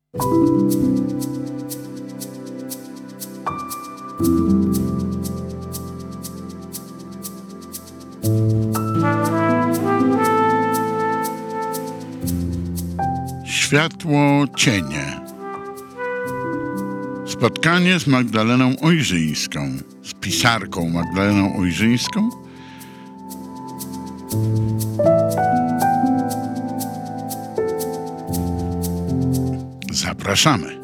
Światło cienie. Spotkanie z Magdaleną Ojrzyńską, z pisarką Magdaleną Ojrzyńską. Zapraszamy.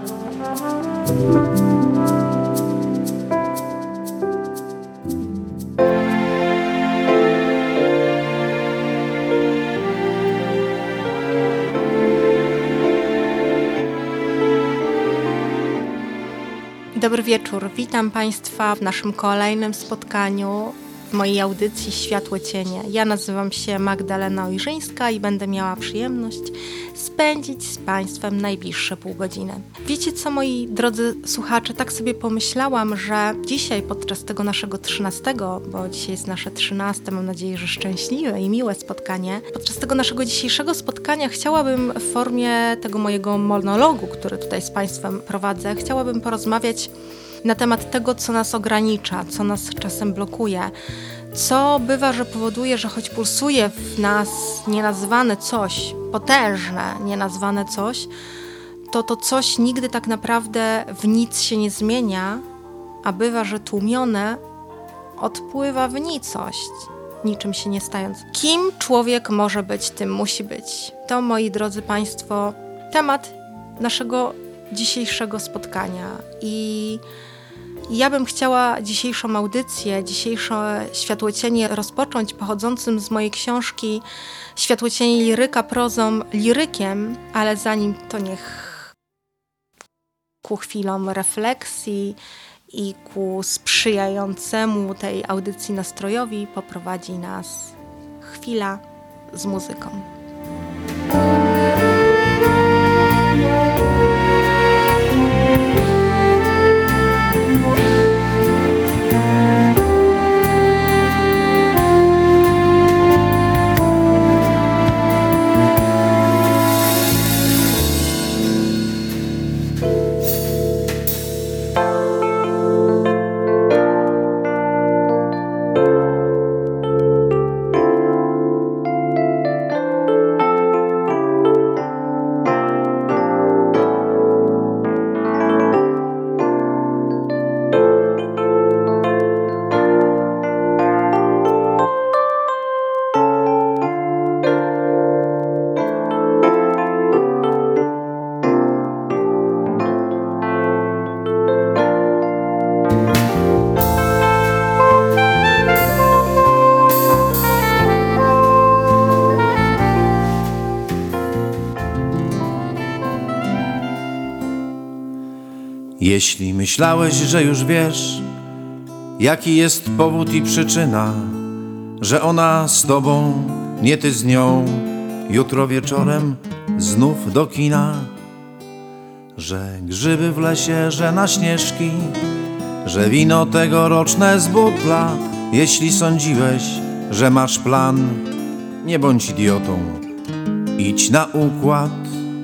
Dobry wieczór, witam Państwa w naszym kolejnym spotkaniu w mojej audycji Światło Cienie. Ja nazywam się Magdalena Ojrzyńska i będę miała przyjemność spędzić z Państwem najbliższe pół godziny. Wiecie co, moi drodzy słuchacze, tak sobie pomyślałam, że dzisiaj podczas tego naszego 13, bo dzisiaj jest nasze 13, mam nadzieję, że szczęśliwe i miłe spotkanie, podczas tego naszego dzisiejszego spotkania chciałabym w formie tego mojego monologu, który tutaj z Państwem prowadzę, chciałabym porozmawiać na temat tego, co nas ogranicza, co nas czasem blokuje, co bywa, że powoduje, że choć pulsuje w nas nienazwane coś, potężne nienazwane coś, to to coś nigdy tak naprawdę w nic się nie zmienia, a bywa, że tłumione odpływa w nicość, niczym się nie stając. Kim człowiek może być, tym musi być. To, moi drodzy Państwo, temat naszego dzisiejszego spotkania i ja bym chciała dzisiejszą audycję, dzisiejsze światłocienie rozpocząć pochodzącym z mojej książki Światłocienie liryka prozą lirykiem, ale zanim to niech ku chwilom refleksji i ku sprzyjającemu tej audycji nastrojowi poprowadzi nas chwila z muzyką. Jeśli myślałeś, że już wiesz, jaki jest powód i przyczyna, że ona z tobą, nie ty z nią, jutro wieczorem znów do kina, że grzyby w lesie, że na śnieżki, że wino tegoroczne z butla. Jeśli sądziłeś, że masz plan, nie bądź idiotą, idź na układ.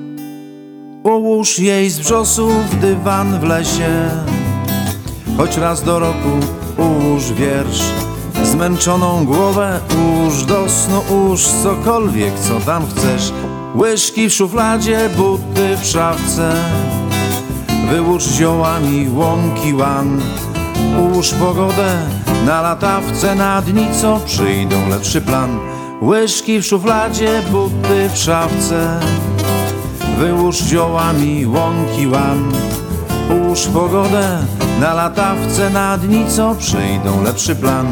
Ułóż jej z wrzosów dywan w lesie, choć raz do roku ułóż wiersz. Zmęczoną głowę ułóż do snu, ułóż cokolwiek, co tam chcesz. Łyżki w szufladzie, buty w szafce, wyłóż ziołami łąki łan. Ułóż pogodę na latawce, na dni co przyjdą, lepszy plan. Łyżki w szufladzie, buty w szafce, wyłóż ziołami łąki łan. Ułóż pogodę na latawce, na dni co przyjdą, lepszy plan.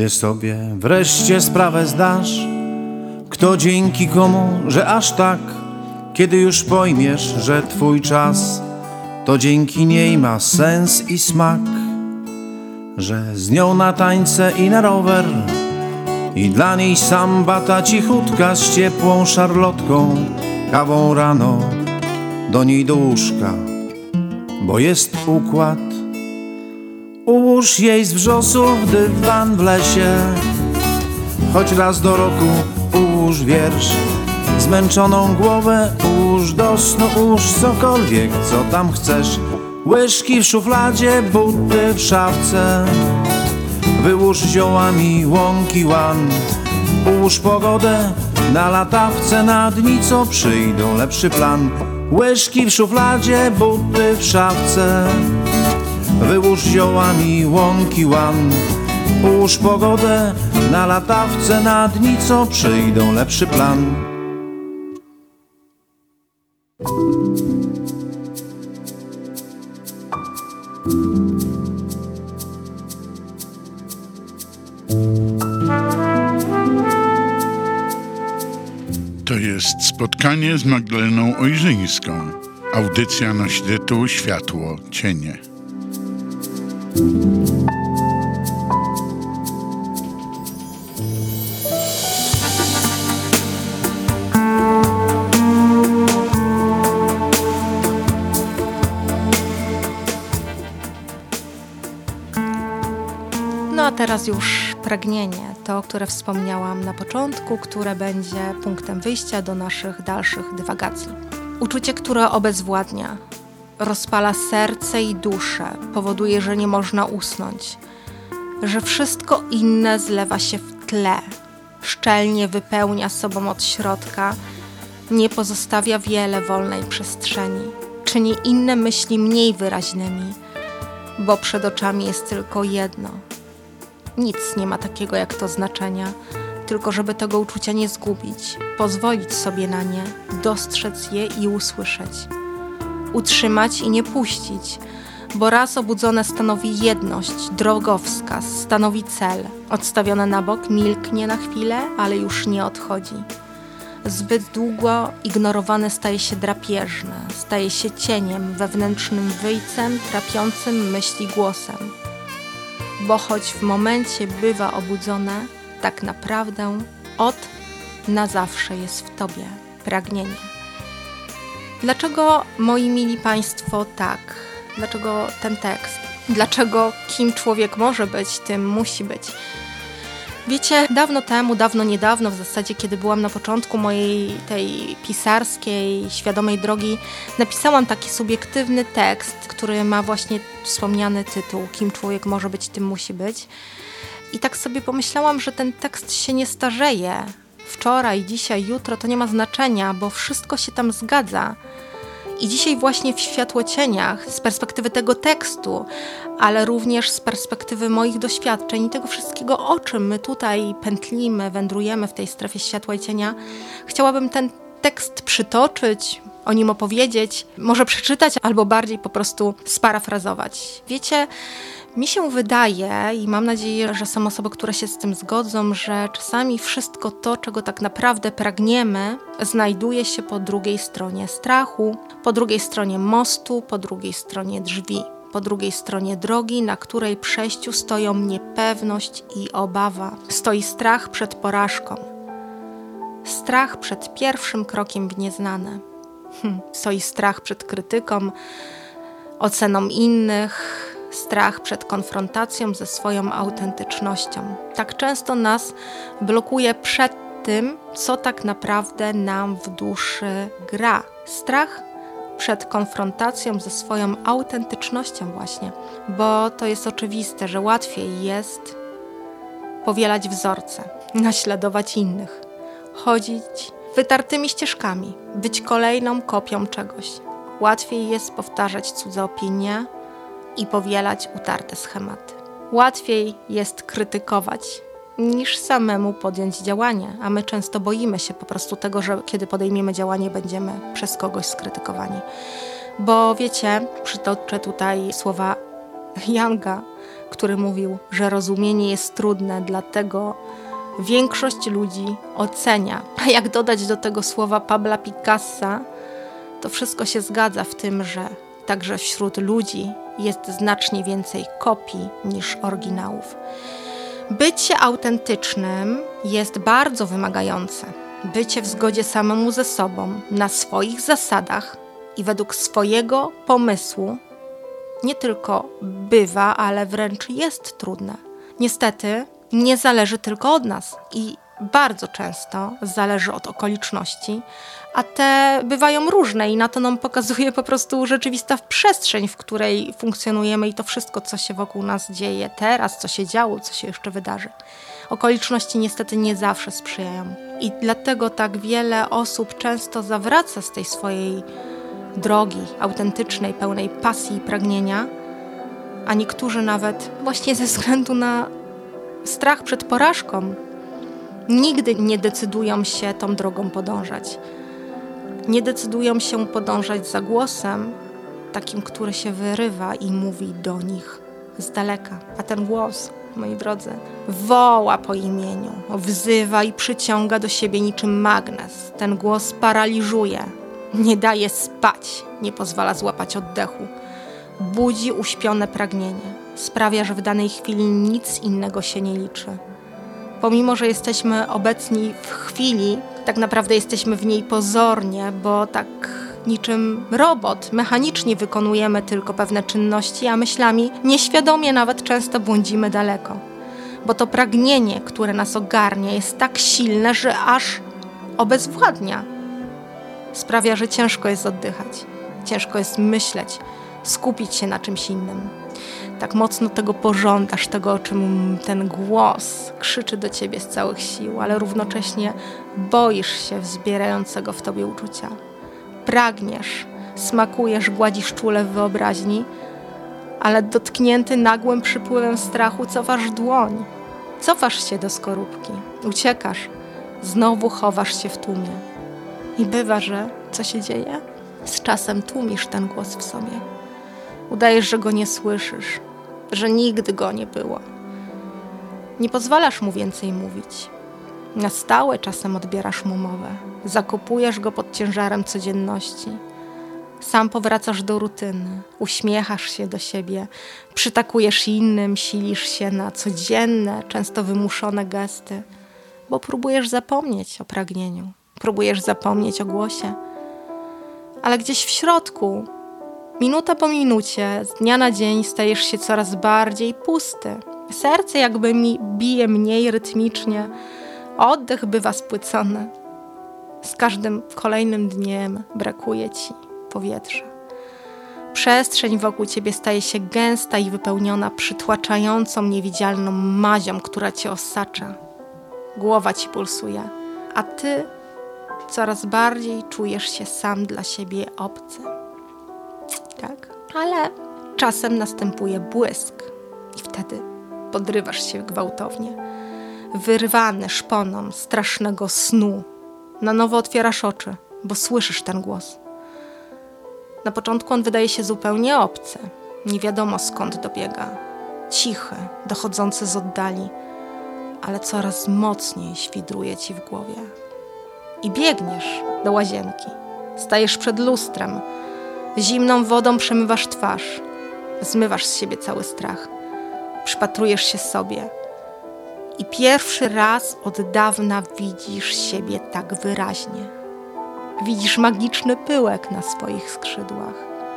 Gdy sobie wreszcie sprawę zdasz, kto dzięki komu, że aż tak, kiedy już pojmiesz, że twój czas to dzięki niej ma sens i smak, że z nią na tańce i na rower, i dla niej samba ta cichutka z ciepłą szarlotką, kawą rano do niej do łóżka, bo jest układ. Ułóż jej z wrzosów dywan w lesie, choć raz do roku ułóż wiersz. Zmęczoną głowę ułóż do snu, ułóż cokolwiek, co tam chcesz. Łyżki w szufladzie, buty w szafce, wyłóż ziołami łąki łan. Ułóż pogodę na latawce, na dni co przyjdą, lepszy plan. Łyżki w szufladzie, buty w szafce, wyłóż ziołami łąki łan. Ułóż pogodę na latawce, na dni co przyjdą, lepszy plan. To jest spotkanie z Magdaleną Ojrzyńską. Audycja nosi tytuł Światło, cienie. No a teraz już pragnienie, to, które wspomniałam na początku, które będzie punktem wyjścia do naszych dalszych dywagacji. Uczucie, które obezwładnia, rozpala serce i duszę, powoduje, że nie można usnąć, że wszystko inne zlewa się w tle, szczelnie wypełnia sobą od środka, nie pozostawia wiele wolnej przestrzeni, czyni inne myśli mniej wyraźnymi, bo przed oczami jest tylko jedno. Nic nie ma takiego jak to znaczenia, tylko żeby tego uczucia nie zgubić, pozwolić sobie na nie, dostrzec je i usłyszeć. Utrzymać i nie puścić, bo raz obudzone stanowi jedność, drogowskaz, stanowi cel. Odstawione na bok milknie na chwilę, ale już nie odchodzi. Zbyt długo ignorowane staje się drapieżne, staje się cieniem, wewnętrznym wyjcem, trapiącym myśli głosem. Bo choć w momencie bywa obudzone, tak naprawdę od na zawsze jest w tobie pragnienie. Dlaczego, moi mili Państwo, tak? Dlaczego ten tekst? Dlaczego kim człowiek może być, tym musi być? Wiecie, dawno temu, niedawno w zasadzie, kiedy byłam na początku mojej tej pisarskiej, świadomej drogi, napisałam taki subiektywny tekst, który ma właśnie wspomniany tytuł Kim człowiek może być, tym musi być. I tak sobie pomyślałam, że ten tekst się nie starzeje. Wczoraj, dzisiaj, jutro to nie ma znaczenia, bo wszystko się tam zgadza. I dzisiaj właśnie w Światłocieniach, z perspektywy tego tekstu, ale również z perspektywy moich doświadczeń i tego wszystkiego, o czym my tutaj pętlimy, wędrujemy w tej strefie światła i cienia, chciałabym ten tekst przytoczyć, o nim opowiedzieć, może przeczytać, albo bardziej po prostu sparafrazować. Wiecie, mi się wydaje i mam nadzieję, że są osoby, które się z tym zgodzą, że czasami wszystko to, czego tak naprawdę pragniemy, znajduje się po drugiej stronie strachu, po drugiej stronie mostu, po drugiej stronie drzwi, po drugiej stronie drogi, na której przejściu stoją niepewność i obawa. Stoi strach przed porażką, strach przed pierwszym krokiem w nieznane. Stoi strach przed krytyką, oceną innych, strach przed konfrontacją ze swoją autentycznością. Tak często nas blokuje przed tym, co tak naprawdę nam w duszy gra. Strach przed konfrontacją ze swoją autentycznością właśnie, bo to jest oczywiste, że łatwiej jest powielać wzorce, naśladować innych, chodzić wytartymi ścieżkami, być kolejną kopią czegoś. Łatwiej jest powtarzać cudze opinie i powielać utarte schematy. Łatwiej jest krytykować, niż samemu podjąć działanie, a my często boimy się po prostu tego, że kiedy podejmiemy działanie, będziemy przez kogoś skrytykowani. Bo wiecie, przytoczę tutaj słowa Younga, który mówił, że rozumienie jest trudne, dlatego większość ludzi ocenia. A jak dodać do tego słowa Pabla Picassa, to wszystko się zgadza w tym, że także wśród ludzi jest znacznie więcej kopii niż oryginałów. Bycie autentycznym jest bardzo wymagające. Bycie w zgodzie samemu ze sobą, na swoich zasadach i według swojego pomysłu nie tylko bywa, ale wręcz jest trudne. Niestety nie zależy tylko od nas i bardzo często zależy od okoliczności, a te bywają różne i na to nam pokazuje po prostu rzeczywista przestrzeń, w której funkcjonujemy i to wszystko, co się wokół nas dzieje teraz, co się działo, co się jeszcze wydarzy. Okoliczności niestety nie zawsze sprzyjają i dlatego tak wiele osób często zawraca z tej swojej drogi autentycznej, pełnej pasji i pragnienia, a niektórzy nawet właśnie ze względu na strach przed porażką nigdy nie decydują się tą drogą podążać. Nie decydują się podążać za głosem, takim, który się wyrywa i mówi do nich z daleka. A ten głos, moi drodzy, woła po imieniu, wzywa i przyciąga do siebie niczym magnes. Ten głos paraliżuje, nie daje spać, nie pozwala złapać oddechu. Budzi uśpione pragnienie. Sprawia, że w danej chwili nic innego się nie liczy. Pomimo, że jesteśmy obecni w chwili, tak naprawdę jesteśmy w niej pozornie, bo tak niczym robot mechanicznie wykonujemy tylko pewne czynności, a myślami nieświadomie nawet często błądzimy daleko. Bo to pragnienie, które nas ogarnia, jest tak silne, że aż obezwładnia. Sprawia, że ciężko jest oddychać, ciężko jest myśleć, skupić się na czymś innym. Tak mocno tego pożądasz, tego, o czym ten głos krzyczy do ciebie z całych sił, ale równocześnie boisz się wzbierającego w tobie uczucia. Pragniesz, smakujesz, gładzisz czule w wyobraźni, ale dotknięty nagłym przypływem strachu cofasz dłoń. Cofasz się do skorupki, uciekasz, znowu chowasz się w tłumie. I bywa, że co się dzieje? Z czasem tłumisz ten głos w sobie. Udajesz, że go nie słyszysz, że nigdy go nie było. Nie pozwalasz mu więcej mówić. Na stałe czasem odbierasz mu mowę. Zakopujesz go pod ciężarem codzienności. Sam powracasz do rutyny. Uśmiechasz się do siebie. Przytakujesz innym, silisz się na codzienne, często wymuszone gesty. Bo próbujesz zapomnieć o pragnieniu. Próbujesz zapomnieć o głosie. Ale gdzieś w środku, minuta po minucie, z dnia na dzień stajesz się coraz bardziej pusty. Serce jakby bije mniej rytmicznie. Oddech bywa spłycony. Z każdym kolejnym dniem brakuje ci powietrza. Przestrzeń wokół ciebie staje się gęsta i wypełniona przytłaczającą, niewidzialną mazią, która cię osacza. Głowa ci pulsuje, a ty coraz bardziej czujesz się sam dla siebie obcy. Tak? Ale czasem następuje błysk i wtedy podrywasz się gwałtownie. Wyrwany szponą strasznego snu. Na nowo otwierasz oczy, bo słyszysz ten głos. Na początku on wydaje się zupełnie obcy. Nie wiadomo skąd dobiega. Cichy, dochodzący z oddali, ale coraz mocniej świdruje ci w głowie. I biegniesz do łazienki. Stajesz przed lustrem. Zimną wodą przemywasz twarz. Zmywasz z siebie cały strach. Przypatrujesz się sobie. I pierwszy raz od dawna widzisz siebie tak wyraźnie. Widzisz magiczny pyłek na swoich skrzydłach.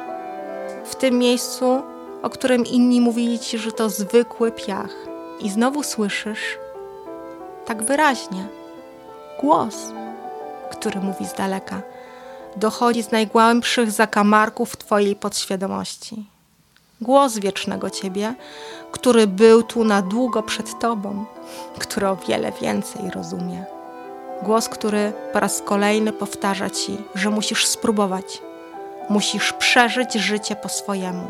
W tym miejscu, o którym inni mówili ci, że to zwykły piach. I znowu słyszysz tak wyraźnie głos, który mówi z daleka. Dochodzi z najgłębszych zakamarków twojej podświadomości. Głos wiecznego ciebie, który był tu na długo przed tobą, który o wiele więcej rozumie. Głos, który po raz kolejny powtarza ci, że musisz spróbować. Musisz przeżyć życie po swojemu.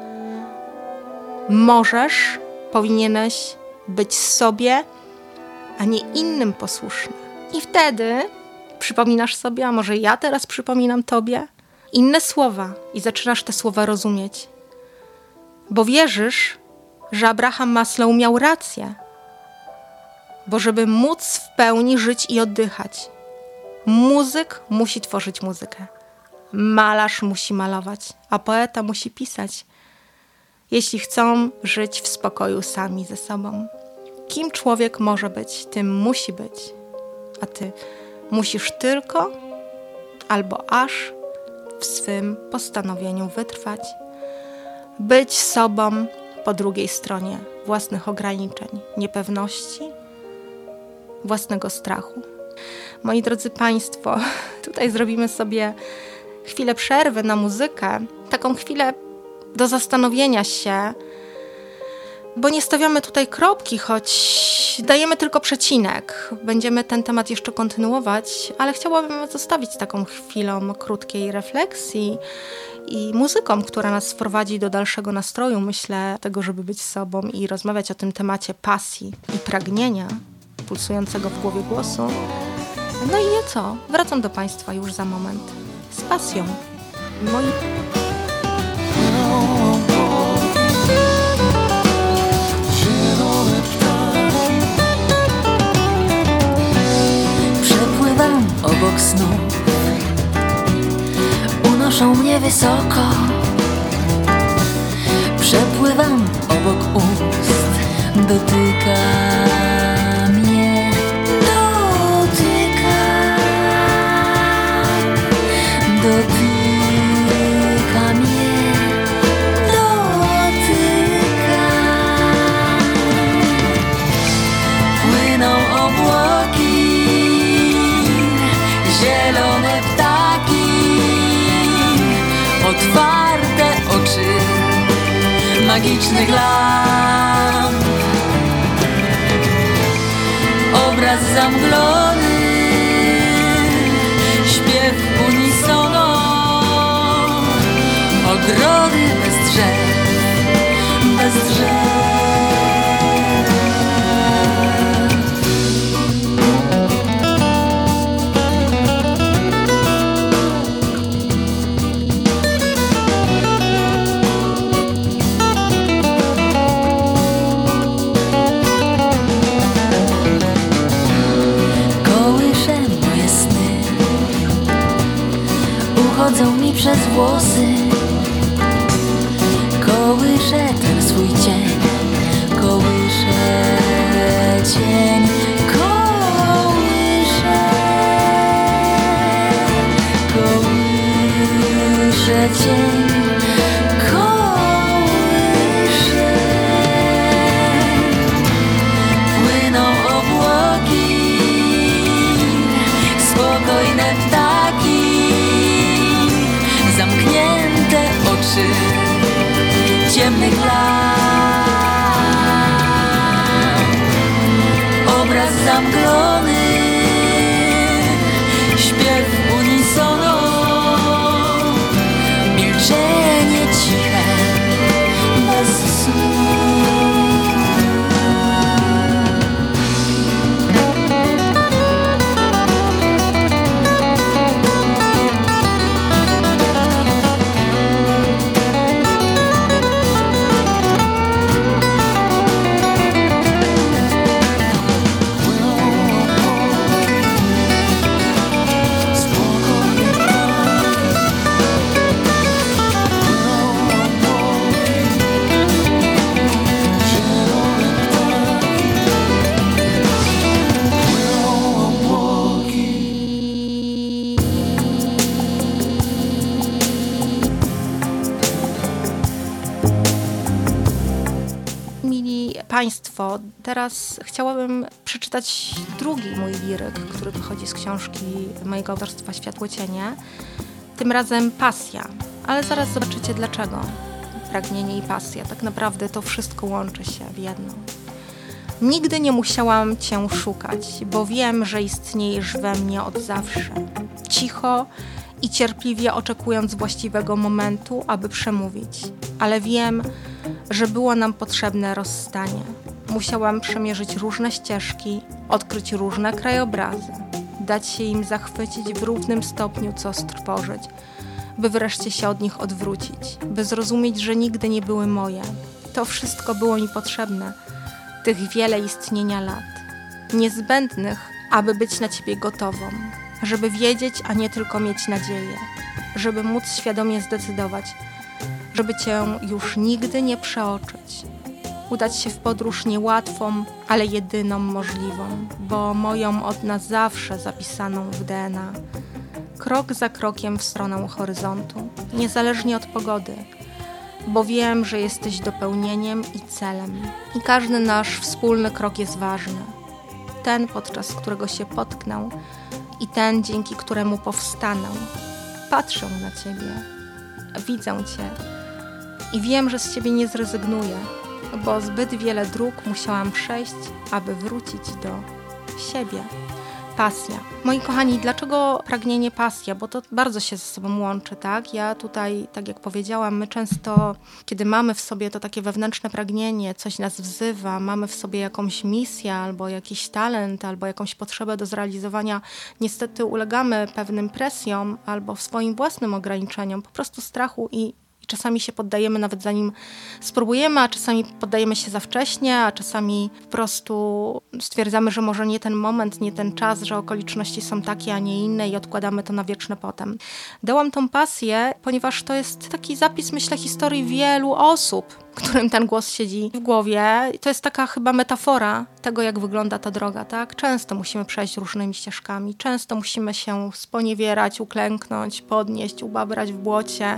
Możesz, powinieneś być sobie, a nie innym posłuszny. I wtedy przypominasz sobie, a może ja teraz przypominam tobie, inne słowa i zaczynasz te słowa rozumieć. Bo wierzysz, że Abraham Maslow miał rację. Bo żeby móc w pełni żyć i oddychać, muzyk musi tworzyć muzykę, malarz musi malować, a poeta musi pisać, jeśli chcą żyć w spokoju sami ze sobą. Kim człowiek może być, tym musi być, a ty musisz tylko albo aż w swym postanowieniu wytrwać, być sobą po drugiej stronie własnych ograniczeń, niepewności, własnego strachu. Moi drodzy Państwo, tutaj zrobimy sobie chwilę przerwy na muzykę, taką chwilę do zastanowienia się, bo nie stawiamy tutaj kropki, choć dajemy tylko przecinek. Będziemy ten temat jeszcze kontynuować, ale chciałabym zostawić taką chwilą krótkiej refleksji i muzyką, która nas wprowadzi do dalszego nastroju, myślę, tego, żeby być sobą i rozmawiać o tym temacie pasji i pragnienia pulsującego w głowie głosu. No i co? Wracam do Państwa już za moment. Z pasją. Przepływam obok snów, unoszą mnie wysoko. Przepływam obok ust, dotyka mnie, dotyka mnie, dotyka. Płyną obłoki, zielone ptaki, otwarte oczy magicznych lamp. Obraz zamglony, śpiew unisono, ogrody bez drzew, bez drzew. Kołyszę moje sny, uchodzą mi przez włosy. Kołyszę ten swój cień, kołyszę cień, kołyszę cień, kołyszę. Płyną obłoki, spokojne ptaki, zamknięte oczy ciemnych lamp. Obraz zamglony, śpiew unisono, milczenie ciche, bez słów. Mili Państwo, teraz chciałabym przeczytać drugi mój liryk, który pochodzi z książki mojego autorstwa Światłocienie. Tym razem pasja, ale zaraz zobaczycie dlaczego. Pragnienie i pasja, tak naprawdę to wszystko łączy się w jedno. Nigdy nie musiałam Cię szukać, bo wiem, że istniejesz we mnie od zawsze. Cicho i cierpliwie oczekując właściwego momentu, aby przemówić. Ale wiem, że było nam potrzebne rozstanie. Musiałam przemierzyć różne ścieżki, odkryć różne krajobrazy, dać się im zachwycić w równym stopniu, co strwożyć, by wreszcie się od nich odwrócić, by zrozumieć, że nigdy nie były moje. To wszystko było mi potrzebne, tych wiele istnienia lat, niezbędnych, aby być na ciebie gotową, żeby wiedzieć, a nie tylko mieć nadzieję, żeby móc świadomie zdecydować, żeby cię już nigdy nie przeoczyć, udać się w podróż niełatwą, ale jedyną możliwą, bo moją od nas zawsze zapisaną w DNA, krok za krokiem w stronę horyzontu, niezależnie od pogody, bo wiem, że jesteś dopełnieniem i celem. I każdy nasz wspólny krok jest ważny. Ten, podczas którego się potknę i ten, dzięki któremu powstanę. Patrzę na ciebie, widzę cię i wiem, że z ciebie nie zrezygnuję, bo zbyt wiele dróg musiałam przejść, aby wrócić do siebie. Pasja. Moi kochani, dlaczego pragnienie pasja? Bo to bardzo się ze sobą łączy, tak? Ja tutaj, tak jak powiedziałam, my często, kiedy mamy w sobie to takie wewnętrzne pragnienie, coś nas wzywa, mamy w sobie jakąś misję, albo jakiś talent, albo jakąś potrzebę do zrealizowania, niestety ulegamy pewnym presjom, albo swoim własnym ograniczeniom, po prostu strachu i czasami się poddajemy nawet zanim spróbujemy, a czasami poddajemy się za wcześnie, a czasami po prostu stwierdzamy, że może nie ten moment, nie ten czas, że okoliczności są takie, a nie inne i odkładamy to na wieczne potem. Dałam tą pasję, ponieważ to jest taki zapis, myślę, historii wielu osób, którym ten głos siedzi w głowie. To jest taka chyba metafora tego, jak wygląda ta droga, tak? Często musimy przejść różnymi ścieżkami, często musimy się sponiewierać, uklęknąć, podnieść, ubabrać w błocie,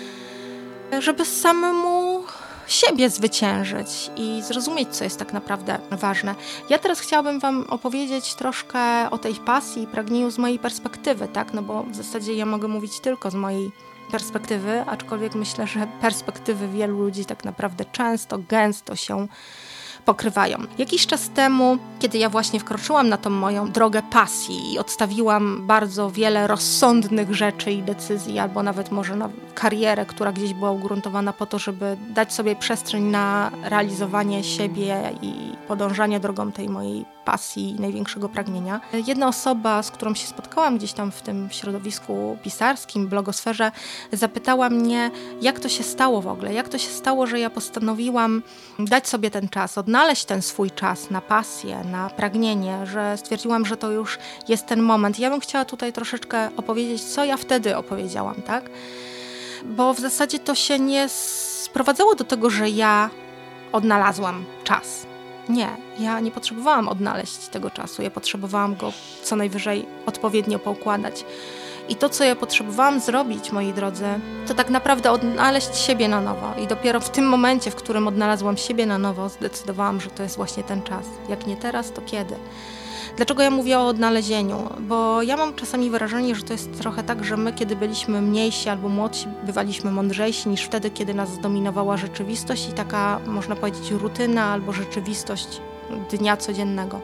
żeby samemu siebie zwyciężyć i zrozumieć, co jest tak naprawdę ważne. Ja teraz chciałabym wam opowiedzieć troszkę o tej pasji i pragnieniu z mojej perspektywy, tak? No bo w zasadzie ja mogę mówić tylko z mojej perspektywy, aczkolwiek myślę, że perspektywy wielu ludzi tak naprawdę często, gęsto się pokrywają. Jakiś czas temu, kiedy ja właśnie wkroczyłam na tą moją drogę pasji i odstawiłam bardzo wiele rozsądnych rzeczy i decyzji, albo nawet może na karierę, która gdzieś była ugruntowana po to, żeby dać sobie przestrzeń na realizowanie siebie i podążanie drogą tej mojej pasji i największego pragnienia. Jedna osoba, z którą się spotkałam gdzieś tam w tym środowisku pisarskim, blogosferze, zapytała mnie, jak to się stało w ogóle, jak to się stało, że ja postanowiłam dać sobie ten czas, odnaleźć ten swój czas na pasję, na pragnienie, że stwierdziłam, że to już jest ten moment. Ja bym chciała tutaj troszeczkę opowiedzieć, co ja wtedy opowiedziałam, tak? Bo w zasadzie to się nie sprowadzało do tego, że ja odnalazłam czas. Nie, ja nie potrzebowałam odnaleźć tego czasu, ja potrzebowałam go co najwyżej odpowiednio poukładać. I to, co ja potrzebowałam zrobić, moi drodzy, to tak naprawdę odnaleźć siebie na nowo. I dopiero w tym momencie, w którym odnalazłam siebie na nowo, zdecydowałam, że to jest właśnie ten czas. Jak nie teraz, to kiedy? Dlaczego ja mówię o odnalezieniu? Bo ja mam czasami wrażenie, że to jest trochę tak, że my, kiedy byliśmy mniejsi albo młodsi, bywaliśmy mądrzejsi niż wtedy, kiedy nas zdominowała rzeczywistość i taka, można powiedzieć, rutyna albo rzeczywistość dnia codziennego.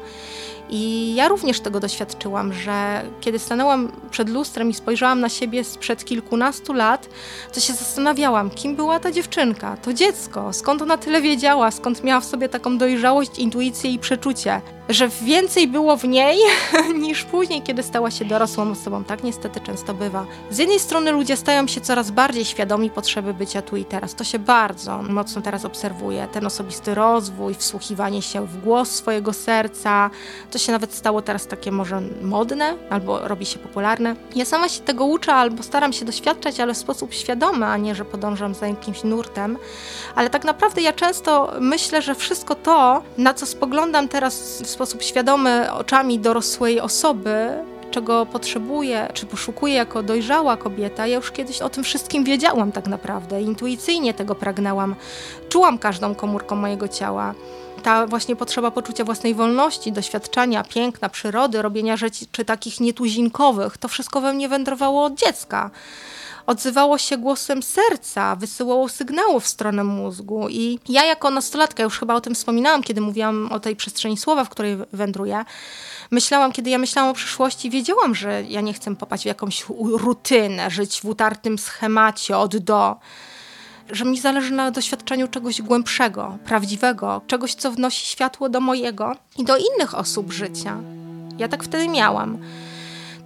I ja również tego doświadczyłam, że kiedy stanęłam przed lustrem i spojrzałam na siebie sprzed kilkunastu lat, to się zastanawiałam, kim była ta dziewczynka, to dziecko, skąd ona tyle wiedziała, skąd miała w sobie taką dojrzałość, intuicję i przeczucie, że więcej było w niej niż później, kiedy stała się dorosłą osobą. Tak niestety często bywa. Z jednej strony ludzie stają się coraz bardziej świadomi potrzeby bycia tu i teraz. To się bardzo mocno teraz obserwuje. Ten osobisty rozwój, wsłuchiwanie się w głos swojego serca. To się nawet stało teraz takie może modne, albo robi się popularne. Ja sama się tego uczę, albo staram się doświadczać, ale w sposób świadomy, a nie, że podążam za jakimś nurtem. Ale tak naprawdę ja często myślę, że wszystko to, na co spoglądam teraz w sposób świadomy oczami dorosłej osoby, czego potrzebuję, czy poszukuję jako dojrzała kobieta, ja już kiedyś o tym wszystkim wiedziałam tak naprawdę. Intuicyjnie tego pragnęłam. Czułam każdą komórką mojego ciała. Ta właśnie potrzeba poczucia własnej wolności, doświadczania piękna, przyrody, robienia rzeczy takich nietuzinkowych, to wszystko we mnie wędrowało od dziecka. Odzywało się głosem serca, wysyłało sygnałów w stronę mózgu i ja jako nastolatka, już chyba o tym wspominałam, kiedy mówiłam o tej przestrzeni słowa, w której wędruję, kiedy ja myślałam o przyszłości, wiedziałam, że ja nie chcę popaść w jakąś rutynę, żyć w utartym schemacie od do, że mi zależy na doświadczeniu czegoś głębszego, prawdziwego, czegoś, co wnosi światło do mojego i do innych osób życia. Ja tak wtedy miałam.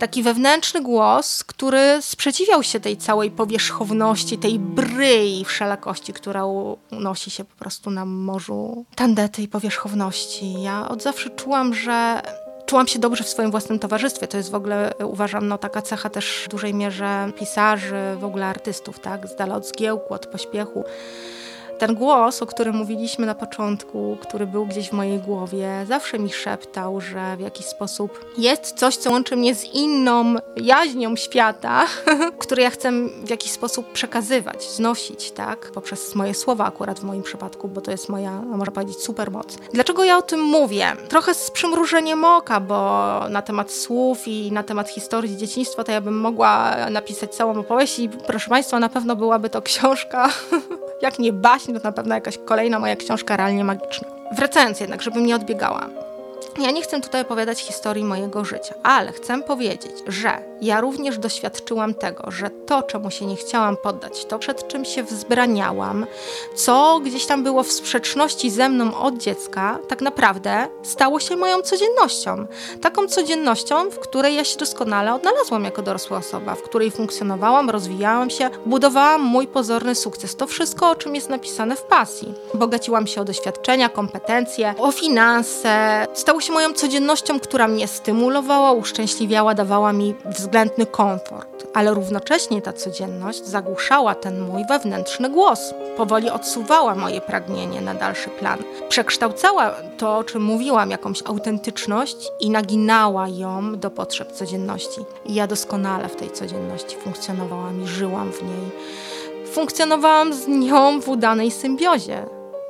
Taki wewnętrzny głos, który sprzeciwiał się tej całej powierzchowności, tej bryi wszelakości, która unosi się po prostu na morzu tandety i powierzchowności. Ja od zawsze czułam się dobrze w swoim własnym towarzystwie. To jest w ogóle, uważam, taka cecha też w dużej mierze pisarzy, w ogóle artystów, tak? Z dala od zgiełku, od pośpiechu. Ten głos, o którym mówiliśmy na początku, który był gdzieś w mojej głowie, zawsze mi szeptał, że w jakiś sposób jest coś, co łączy mnie z inną jaźnią świata, który ja chcę w jakiś sposób przekazywać, znosić, tak? Poprzez moje słowa akurat w moim przypadku, bo to jest moja, można powiedzieć, supermoc. Dlaczego ja o tym mówię? Trochę z przymrużeniem oka, bo na temat słów i na temat historii z dzieciństwa to ja bym mogła napisać całą opowieść i proszę Państwa, na pewno byłaby to książka jak nie baśń, to na pewno jakaś kolejna moja książka realnie magiczna. Wracając jednak, żebym nie odbiegała. Ja nie chcę tutaj opowiadać historii mojego życia, ale chcę powiedzieć, że ja również doświadczyłam tego, że to, czemu się nie chciałam poddać, to przed czym się wzbraniałam, co gdzieś tam było w sprzeczności ze mną od dziecka, tak naprawdę stało się moją codziennością. Taką codziennością, w której ja się doskonale odnalazłam jako dorosła osoba, w której funkcjonowałam, rozwijałam się, budowałam mój pozorny sukces. To wszystko, o czym jest napisane w pasji. Bogaciłam się o doświadczenia, kompetencje, o finanse. Stało się moją codziennością, która mnie stymulowała, uszczęśliwiała, dawała mi względny komfort. Ale równocześnie ta codzienność zagłuszała ten mój wewnętrzny głos. Powoli odsuwała moje pragnienie na dalszy plan. Przekształcała to, o czym mówiłam, jakąś autentyczność i naginała ją do potrzeb codzienności. I ja doskonale w tej codzienności funkcjonowałam i żyłam w niej. Funkcjonowałam z nią w udanej symbiozie.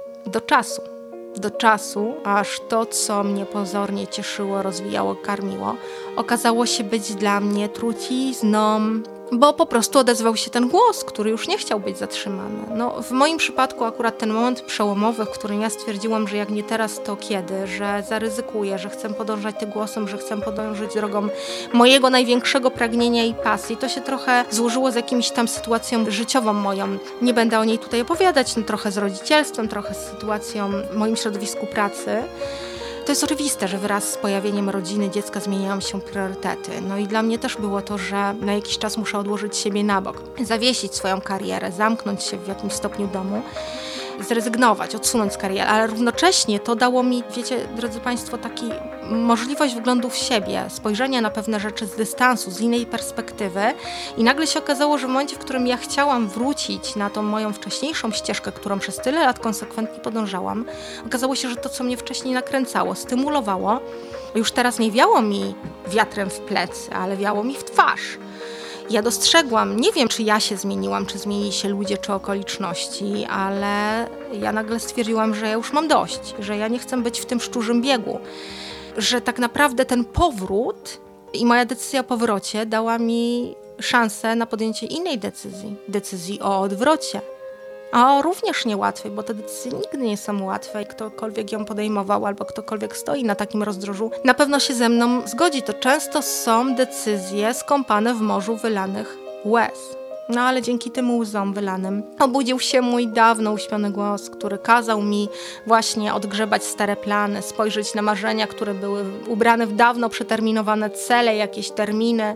Do czasu, aż to, co mnie pozornie cieszyło, rozwijało, karmiło, okazało się być dla mnie trucizną, bo po prostu odezwał się ten głos, który już nie chciał być zatrzymany. W moim przypadku akurat ten moment przełomowy, w którym ja stwierdziłam, że jak nie teraz, to kiedy, że zaryzykuję, że chcę podążać tym głosem, że chcę podążyć drogą mojego największego pragnienia i pasji. To się trochę złożyło z jakimś tam sytuacją życiową moją. Nie będę o niej tutaj opowiadać, trochę z rodzicielstwem, trochę z sytuacją w moim środowisku pracy. To jest oczywiste, że wraz z pojawieniem rodziny, dziecka zmieniają się priorytety. I dla mnie też było to, że na jakiś czas muszę odłożyć siebie na bok, zawiesić swoją karierę, zamknąć się w jakimś stopniu domu, zrezygnować, odsunąć z kariery, ale równocześnie to dało mi, wiecie, drodzy Państwo, taki możliwość wglądu w siebie, spojrzenia na pewne rzeczy z dystansu, z innej perspektywy i nagle się okazało, że w momencie, w którym ja chciałam wrócić na tą moją wcześniejszą ścieżkę, którą przez tyle lat konsekwentnie podążałam, okazało się, że to, co mnie wcześniej nakręcało, stymulowało, już teraz nie wiało mi wiatrem w plecy, ale wiało mi w twarz. Ja dostrzegłam, nie wiem, czy ja się zmieniłam, czy zmienili się ludzie, czy okoliczności, ale ja nagle stwierdziłam, że ja już mam dość, że ja nie chcę być w tym szczurzym biegu, że tak naprawdę ten powrót i moja decyzja o powrocie dała mi szansę na podjęcie innej decyzji o odwrocie. A również niełatwej, bo te decyzje nigdy nie są łatwe i ktokolwiek ją podejmował albo ktokolwiek stoi na takim rozdrożu, na pewno się ze mną zgodzi. To często są decyzje skąpane w morzu wylanych łez. Ale dzięki tym łzom wylanym obudził się mój dawno uśpiony głos, który kazał mi właśnie odgrzebać stare plany, spojrzeć na marzenia, które były ubrane w dawno przeterminowane cele, jakieś terminy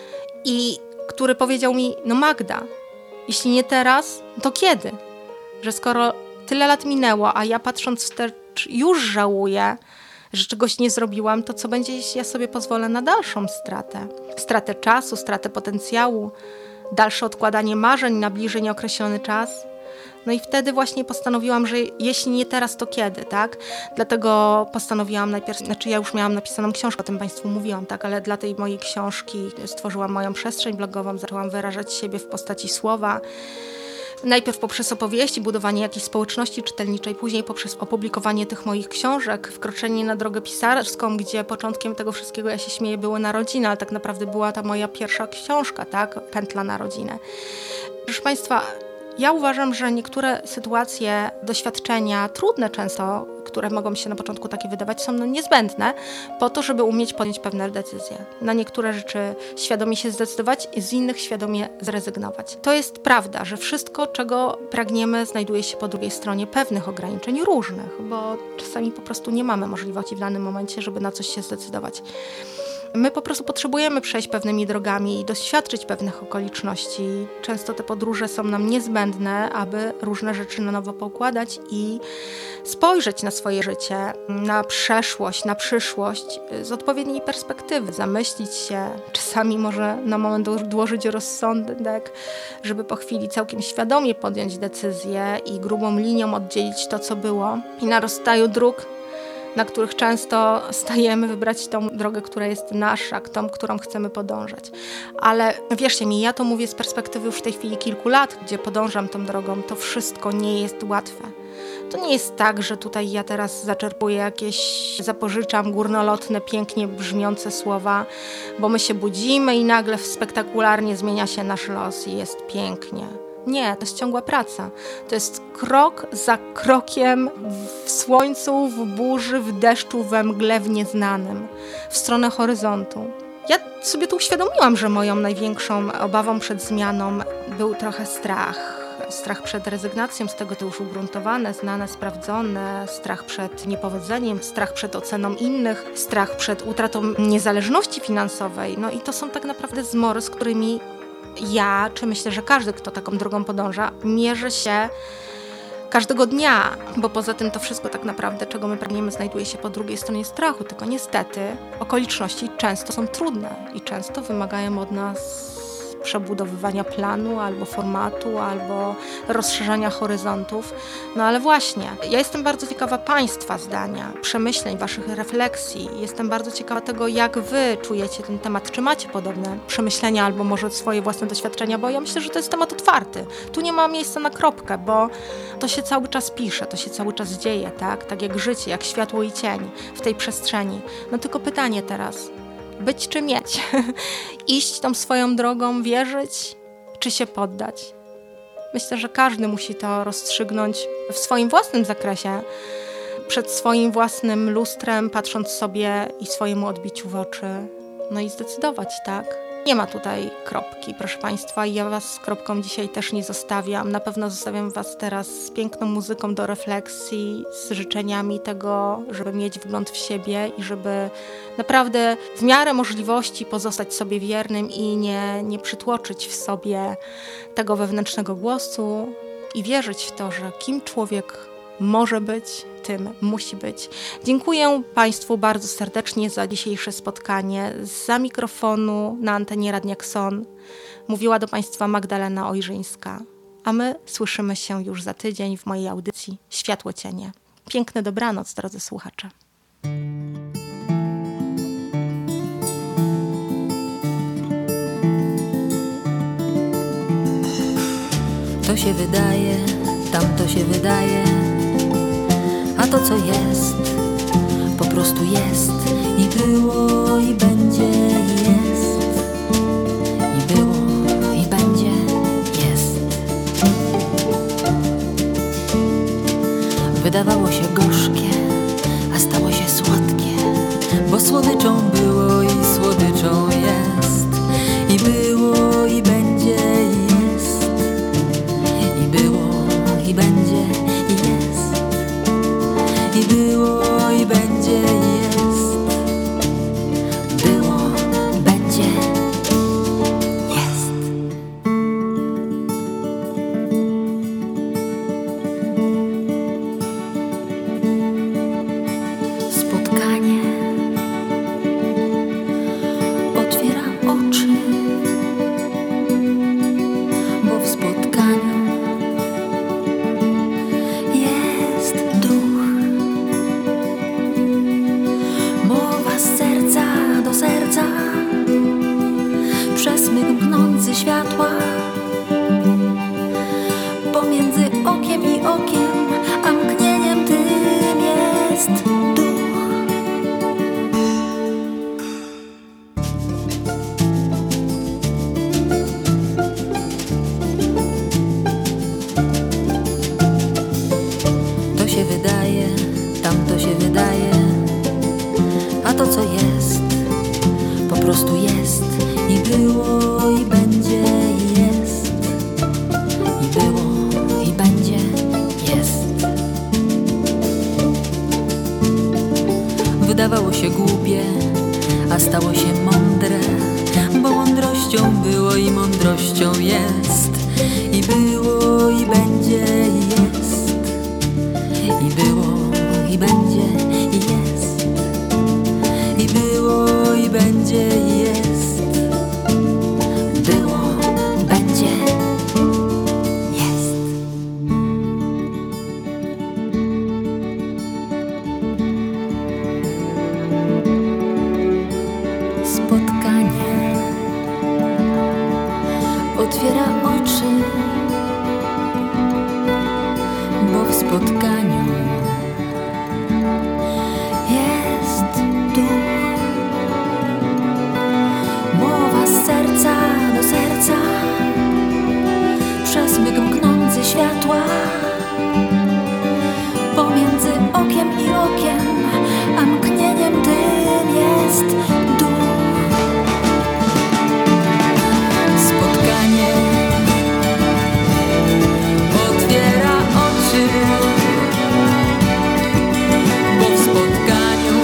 i który powiedział mi, Magda, jeśli nie teraz, to kiedy? Że skoro tyle lat minęło, a ja patrząc wstecz już żałuję, że czegoś nie zrobiłam, to co będzie, jeśli ja sobie pozwolę na dalszą stratę? Stratę czasu, stratę potencjału, dalsze odkładanie marzeń na bliżej nieokreślony czas? I wtedy właśnie postanowiłam, że jeśli nie teraz, to kiedy, tak? Dlatego postanowiłam najpierw, ja już miałam napisaną książkę, o tym Państwu mówiłam, tak? Ale dla tej mojej książki stworzyłam moją przestrzeń blogową, zaczęłam wyrażać siebie w postaci słowa. Najpierw poprzez opowieści, budowanie jakiejś społeczności czytelniczej, później poprzez opublikowanie tych moich książek, wkroczenie na drogę pisarską, gdzie początkiem tego wszystkiego, ja się śmieję, były narodziny, ale tak naprawdę była ta moja pierwsza książka, tak? Pętla na rodzinę. Proszę Państwa, ja uważam, że niektóre sytuacje, doświadczenia, trudne często, które mogą się na początku takie wydawać, są niezbędne po to, żeby umieć podjąć pewne decyzje. Na niektóre rzeczy świadomie się zdecydować, z innych świadomie zrezygnować. To jest prawda, że wszystko, czego pragniemy, znajduje się po drugiej stronie pewnych ograniczeń, różnych, bo czasami po prostu nie mamy możliwości w danym momencie, żeby na coś się zdecydować. My po prostu potrzebujemy przejść pewnymi drogami i doświadczyć pewnych okoliczności. Często te podróże są nam niezbędne, aby różne rzeczy na nowo poukładać i spojrzeć na swoje życie, na przeszłość, na przyszłość z odpowiedniej perspektywy, zamyślić się, czasami może na moment odłożyć rozsądek, żeby po chwili całkiem świadomie podjąć decyzję i grubą linią oddzielić to, co było. I na rozstaju dróg, na których często stajemy, wybrać tą drogę, która jest nasza, tą, którą chcemy podążać. Ale wierzcie mi, ja to mówię z perspektywy już w tej chwili kilku lat, gdzie podążam tą drogą, to wszystko nie jest łatwe. To nie jest tak, że tutaj ja teraz zaczerpuję zapożyczam górnolotne, pięknie brzmiące słowa, bo my się budzimy i nagle spektakularnie zmienia się nasz los i jest pięknie. Nie, to jest ciągła praca. To jest krok za krokiem w słońcu, w burzy, w deszczu, we mgle, w nieznanym, w stronę horyzontu. Ja sobie tu uświadomiłam, że moją największą obawą przed zmianą był trochę strach. Strach przed rezygnacją, z tego to już ugruntowane, znane, sprawdzone, strach przed niepowodzeniem, strach przed oceną innych, strach przed utratą niezależności finansowej. No i to są tak naprawdę zmory, z którymi ja, czy myślę, że każdy, kto taką drogą podąża, mierzy się każdego dnia, bo poza tym to wszystko tak naprawdę, czego my pragniemy, znajduje się po drugiej stronie strachu, tylko niestety okoliczności często są trudne i często wymagają od nas przebudowywania planu, albo formatu, albo rozszerzania horyzontów. No ale właśnie, ja jestem bardzo ciekawa Państwa zdania, przemyśleń, Waszych refleksji. Jestem bardzo ciekawa tego, jak Wy czujecie ten temat. Czy macie podobne przemyślenia, albo może swoje własne doświadczenia, bo ja myślę, że to jest temat otwarty. Tu nie ma miejsca na kropkę, bo to się cały czas pisze, to się cały czas dzieje, tak? Tak jak życie, jak światło i cień w tej przestrzeni. No tylko pytanie teraz. Być czy mieć? Iść tą swoją drogą, wierzyć, czy się poddać? Myślę, że każdy musi to rozstrzygnąć w swoim własnym zakresie, przed swoim własnym lustrem, patrząc sobie i swojemu odbiciu w oczy. No i zdecydować, tak? Nie ma tutaj kropki, proszę Państwa, i ja Was z kropką dzisiaj też nie zostawiam. Na pewno zostawiam Was teraz z piękną muzyką do refleksji, z życzeniami tego, żeby mieć wgląd w siebie i żeby naprawdę w miarę możliwości pozostać sobie wiernym i nie przytłoczyć w sobie tego wewnętrznego głosu i wierzyć w to, że kim człowiek może być, tym musi być. Dziękuję Państwu bardzo serdecznie za dzisiejsze spotkanie. Za mikrofonu na antenie Radia Kson mówiła do Państwa Magdalena Ojrzyńska, a my słyszymy się już za tydzień w mojej audycji Światło Cienie. Piękny dobranoc, drodzy słuchacze. To się wydaje, tamto się wydaje, a to co jest, po prostu jest. I było, i będzie, i jest. I było, i będzie, jest. Wydawało się gorzkie, a stało się słodkie, bo słodyczą było i słodyczą jest. I było, i będzie, i jest. I było, i będzie, i jest. I było, i będzie, i jest. Było, będzie, jest. Spotkanie otwiera oczy, bo w spotkaniu jest duch. Mowa z serca do serca, przesmyk mknący światła. Pomiędzy okiem i okiem, a mgnieniem tym jest duch. To się wydaje, tamto się wydaje, a to co jest, po prostu jest. I było, i będzie, i jest. I było, i będzie, jest. Wydawało się głupie, a stało się mądre, bo mądrością było i mądrością jest. I było, i będzie, i jest. I było, i będzie, i jest. I było, i będzie, i jest. Było, będzie, jest. Spotkanie otwiera oczy, bo w spotkaniu jest duch. Mowa z serca do serca, przesmyk mknący światła. Pomiędzy okiem i okiem, a mknieniem tym jest duch. Spotkanie otwiera oczy, bo w spotkaniu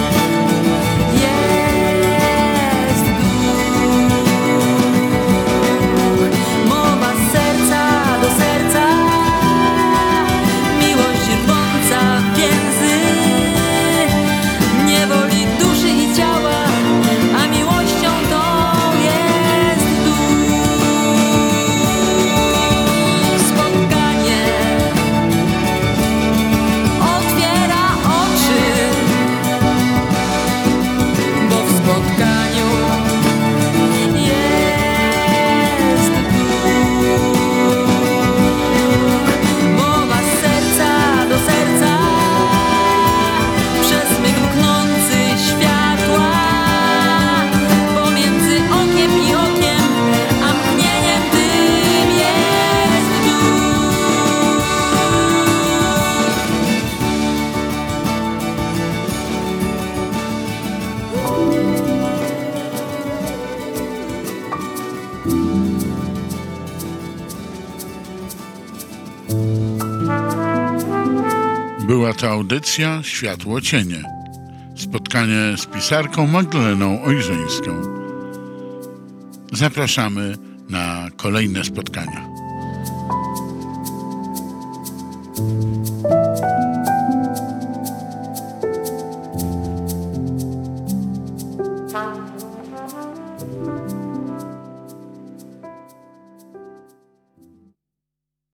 jest duch. Mowa z serca do serca, miłość rwąca więzy, nie woli duszy i ciała, a miłością to jest duch. Spotkanie otwiera oczy, bo w spotkaniu jest duch. Mowa z serca do serca, przesmyk mknący światła. Pomiędzy okiem i okiem, a mknieniem tym jest duch. Była to audycja Światło Cienie. Spotkanie z pisarką Magdaleną Ojrzeńską. Zapraszamy na kolejne spotkania. Thank